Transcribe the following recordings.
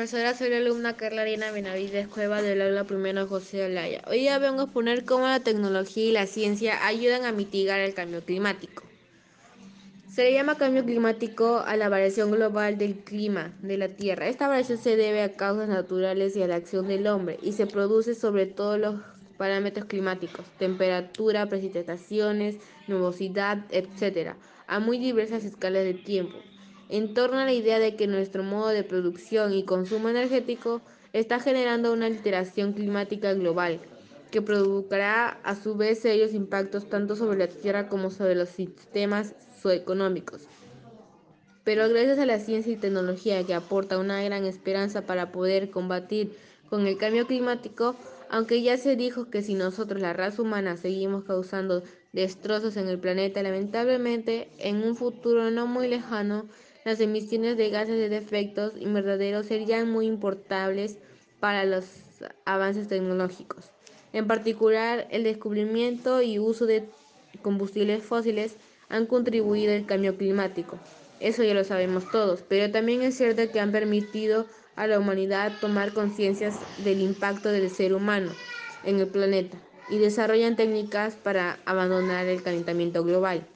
profesora, soy la alumna Carla Arena Benavides Cueva del aula primero José Olaya. Hoy ya vengo a exponer cómo la tecnología y la ciencia ayudan a mitigar el cambio climático. Se le llama cambio climático a la variación global del clima de la Tierra. Esta variación se debe a causas naturales y a la acción del hombre y se produce sobre todos los parámetros climáticos, temperatura, precipitaciones, nubosidad, etc., a muy diversas escalas de tiempo. En torno a la idea de que nuestro modo de producción y consumo energético está generando una alteración climática global, que provocará a su vez serios impactos tanto sobre la Tierra como sobre los sistemas socioeconómicos. Pero gracias a la ciencia y tecnología que aporta una gran esperanza para poder combatir con el cambio climático, aunque ya se dijo que si nosotros, la raza humana, seguimos causando destrozos en el planeta, lamentablemente, en un futuro no muy lejano, las emisiones de gases de efectos invernaderos serían muy importables para los avances tecnológicos. En particular, el descubrimiento y uso de combustibles fósiles han contribuido al cambio climático. Eso ya lo sabemos todos, pero también es cierto que han permitido a la humanidad tomar conciencia del impacto del ser humano en el planeta y desarrollan técnicas para abandonar el calentamiento global.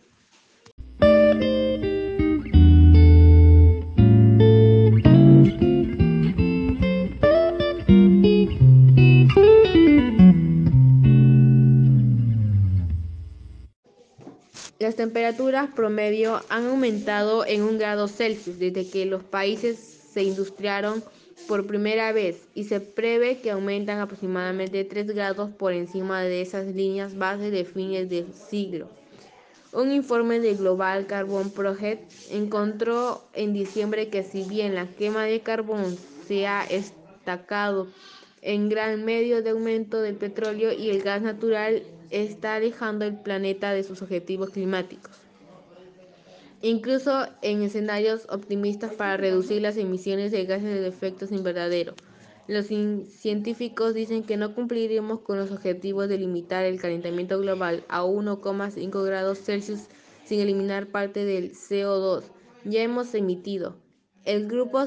Las temperaturas promedio han aumentado en 1 grado Celsius desde que los países se industriaron por primera vez y se prevé que aumentan aproximadamente 3 grados por encima de esas líneas base de fines del siglo. Un informe de Global Carbon Project encontró en diciembre que si bien la quema de carbón se ha estancado en gran medio de aumento del petróleo y el gas natural, está alejando el planeta de sus objetivos climáticos. Incluso en escenarios optimistas para reducir las emisiones de gases de efecto invernadero, los científicos dicen que no cumpliremos con los objetivos de limitar el calentamiento global a 1,5 grados Celsius sin eliminar parte del CO2 ya hemos emitido. El grupo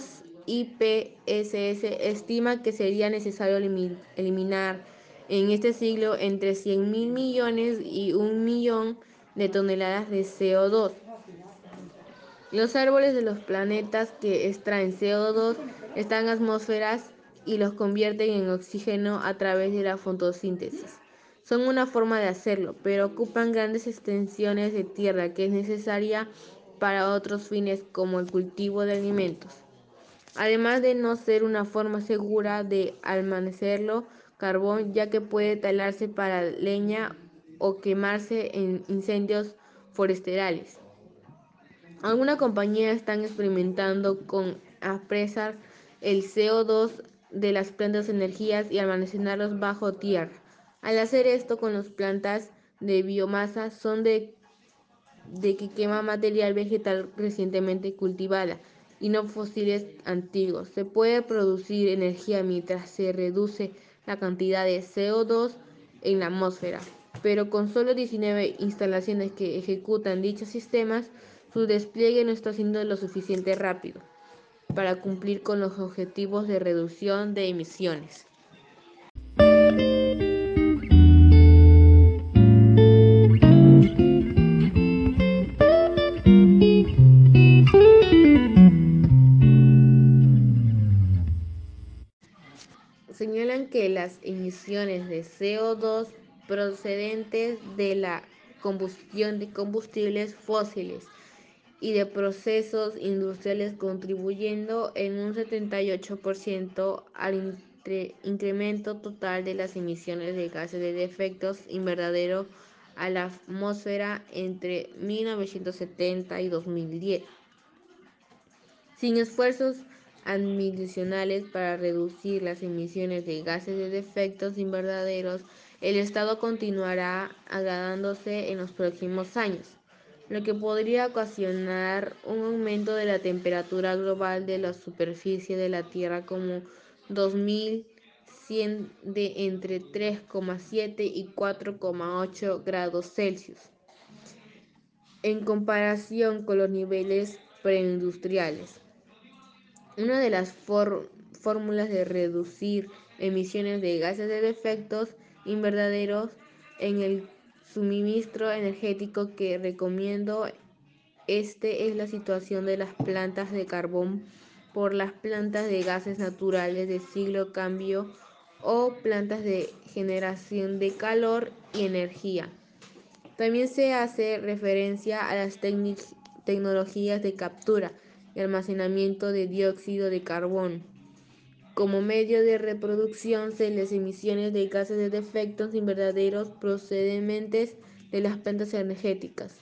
IPCC estima que sería necesario eliminar en este siglo entre 100.000 millones y 1 millón de toneladas de CO2. Los árboles de los planetas que extraen CO2 están en atmósferas y los convierten en oxígeno a través de la fotosíntesis. Son una forma de hacerlo, pero ocupan grandes extensiones de tierra que es necesaria para otros fines como el cultivo de alimentos. Además de no ser una forma segura de almacenarlo, carbón, ya que puede talarse para leña o quemarse en incendios forestales. Algunas compañías están experimentando con apresar el CO2 de las plantas de energías y almacenarlos bajo tierra. Al hacer esto con las plantas de biomasa son de que quema material vegetal recientemente cultivada y no fósiles antiguos. Se puede producir energía mientras se reduce la cantidad de CO2 en la atmósfera, pero con solo 19 instalaciones que ejecutan dichos sistemas, su despliegue no está siendo lo suficiente rápido para cumplir con los objetivos de reducción de emisiones. Señalan que las emisiones de CO2 procedentes de la combustión de combustibles fósiles y de procesos industriales contribuyendo en un 78% al incremento total de las emisiones de gases de efecto invernadero a la atmósfera entre 1970 y 2010. Sin esfuerzos adicionales para reducir las emisiones de gases de efecto invernadero, el Estado continuará agravándose en los próximos años, lo que podría ocasionar un aumento de la temperatura global de la superficie de la Tierra como 2100 de entre 3,7 y 4,8 grados Celsius, en comparación con los niveles preindustriales. Una de las fórmulas de reducir emisiones de gases de efecto invernaderos en el suministro energético que recomiendo. Este es la situación de las plantas de carbón por las plantas de gases naturales de ciclo cambio o plantas de generación de calor y energía. También se hace referencia a las tecnologías de captura y almacenamiento de dióxido de carbono como medio de reproducción de las emisiones de gases de efecto invernaderos procedentes de las plantas energéticas.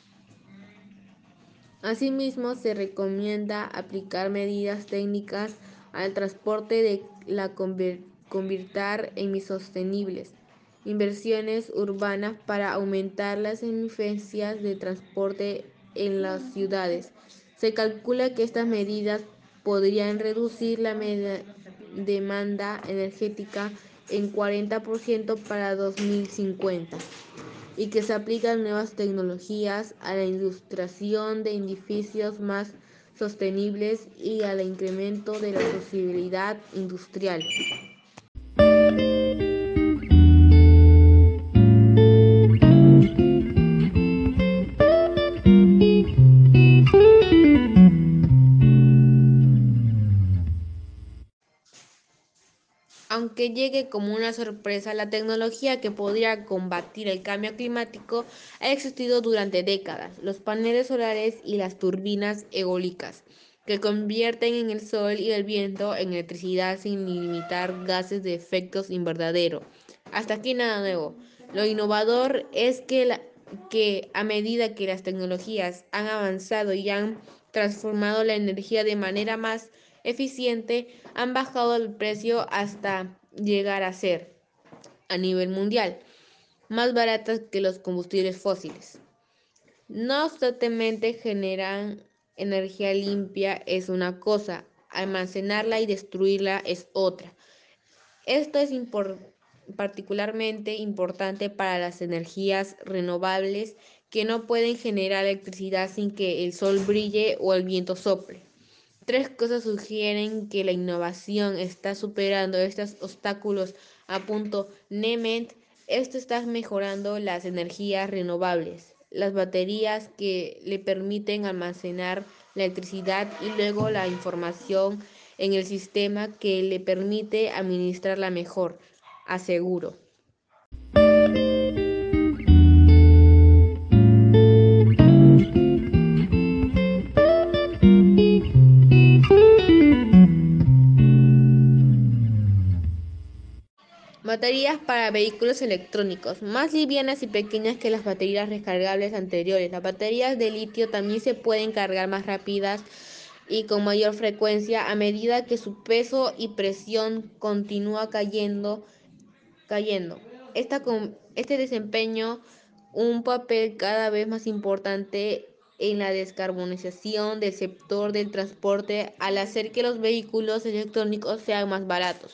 Asimismo, se recomienda aplicar medidas técnicas al transporte de la convertir en sostenibles, inversiones urbanas para aumentar las eficiencias de transporte en las ciudades. Se calcula que estas medidas podrían reducir la demanda energética en 40% para 2050 y que se aplican nuevas tecnologías a la industrialización de edificios más sostenibles y al incremento de la sostenibilidad industrial. Aunque llegue como una sorpresa, la tecnología que podría combatir el cambio climático ha existido durante décadas. Los paneles solares y las turbinas eólicas, que convierten en el sol y el viento en electricidad sin limitar gases de efectos invernadero. Hasta aquí nada nuevo. Lo innovador es que a medida que las tecnologías han avanzado y han transformado la energía de manera más eficiente, han bajado el precio hasta llegar a ser, a nivel mundial, más baratas que los combustibles fósiles. No obstante, generar energía limpia es una cosa, almacenarla y destruirla es otra. Esto es particularmente importante para las energías renovables que no pueden generar electricidad sin que el sol brille o el viento sople. Tres cosas sugieren que la innovación está superando estos obstáculos a punto NEMET. Esto está mejorando las energías renovables, las baterías que le permiten almacenar la electricidad y luego la información en el sistema que le permite administrarla mejor, aseguro. Baterías para vehículos electrónicos, más livianas y pequeñas que las baterías recargables anteriores. Las baterías de litio también se pueden cargar más rápidas y con mayor frecuencia a medida que su peso y presión continúa cayendo. Este desempeña un papel cada vez más importante en la descarbonización del sector del transporte al hacer que los vehículos electrónicos sean más baratos.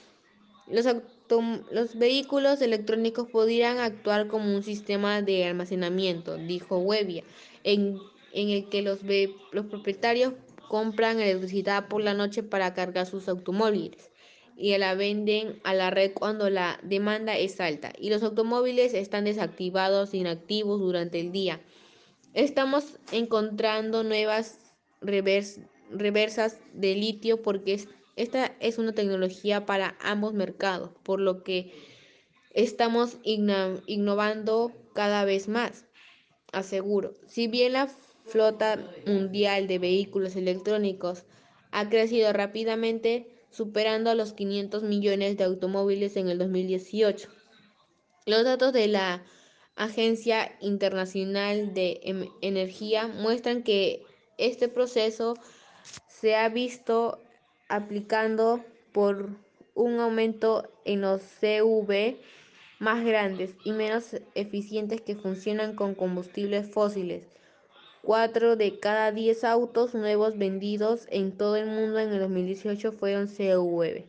Los vehículos electrónicos podrían actuar como un sistema de almacenamiento, dijo Webbia, en el que los propietarios compran electricidad por la noche para cargar sus automóviles y la venden a la red cuando la demanda es alta y los automóviles están desactivados e inactivos durante el día. Estamos encontrando nuevas reversas de litio porque esta es una tecnología para ambos mercados, por lo que estamos innovando cada vez más, aseguro. Si bien la flota mundial de vehículos electrónicos ha crecido rápidamente, superando a los 500 millones de automóviles en el 2018, los datos de la Agencia Internacional de Energía muestran que este proceso se ha visto aplicando por un aumento en los CUV más grandes y menos eficientes que funcionan con combustibles fósiles. 4 de cada 10 autos nuevos vendidos en todo el mundo en el 2018 fueron CUV.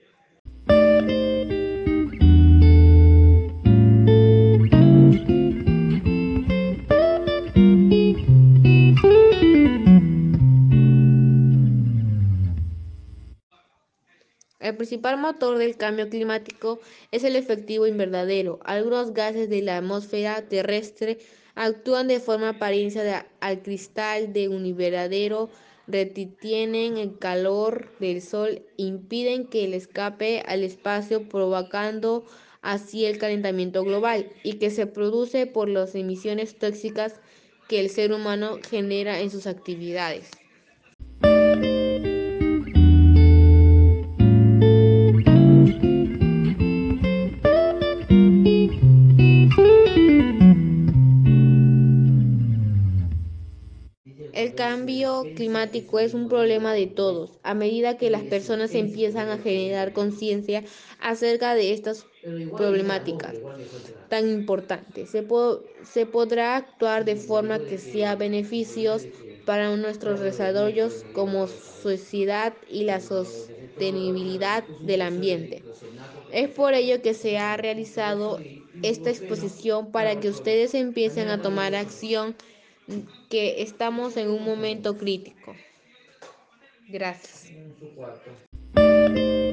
El principal motor del cambio climático es el efectivo invernadero. Algunos gases de la atmósfera terrestre actúan de forma apariencia al cristal de un invernadero, retienen el calor del sol, impiden que él escape al espacio, provocando así el calentamiento global y que se produce por las emisiones tóxicas que el ser humano genera en sus actividades. El cambio climático es un problema de todos. A medida que las personas empiezan a generar conciencia acerca de estas problemáticas tan importantes, se podrá actuar de forma que sea beneficios para nuestros desarrollos como sociedad y la sostenibilidad del ambiente. Es por ello que se ha realizado esta exposición para que ustedes empiecen a tomar acción, que estamos en un momento crítico. Gracias.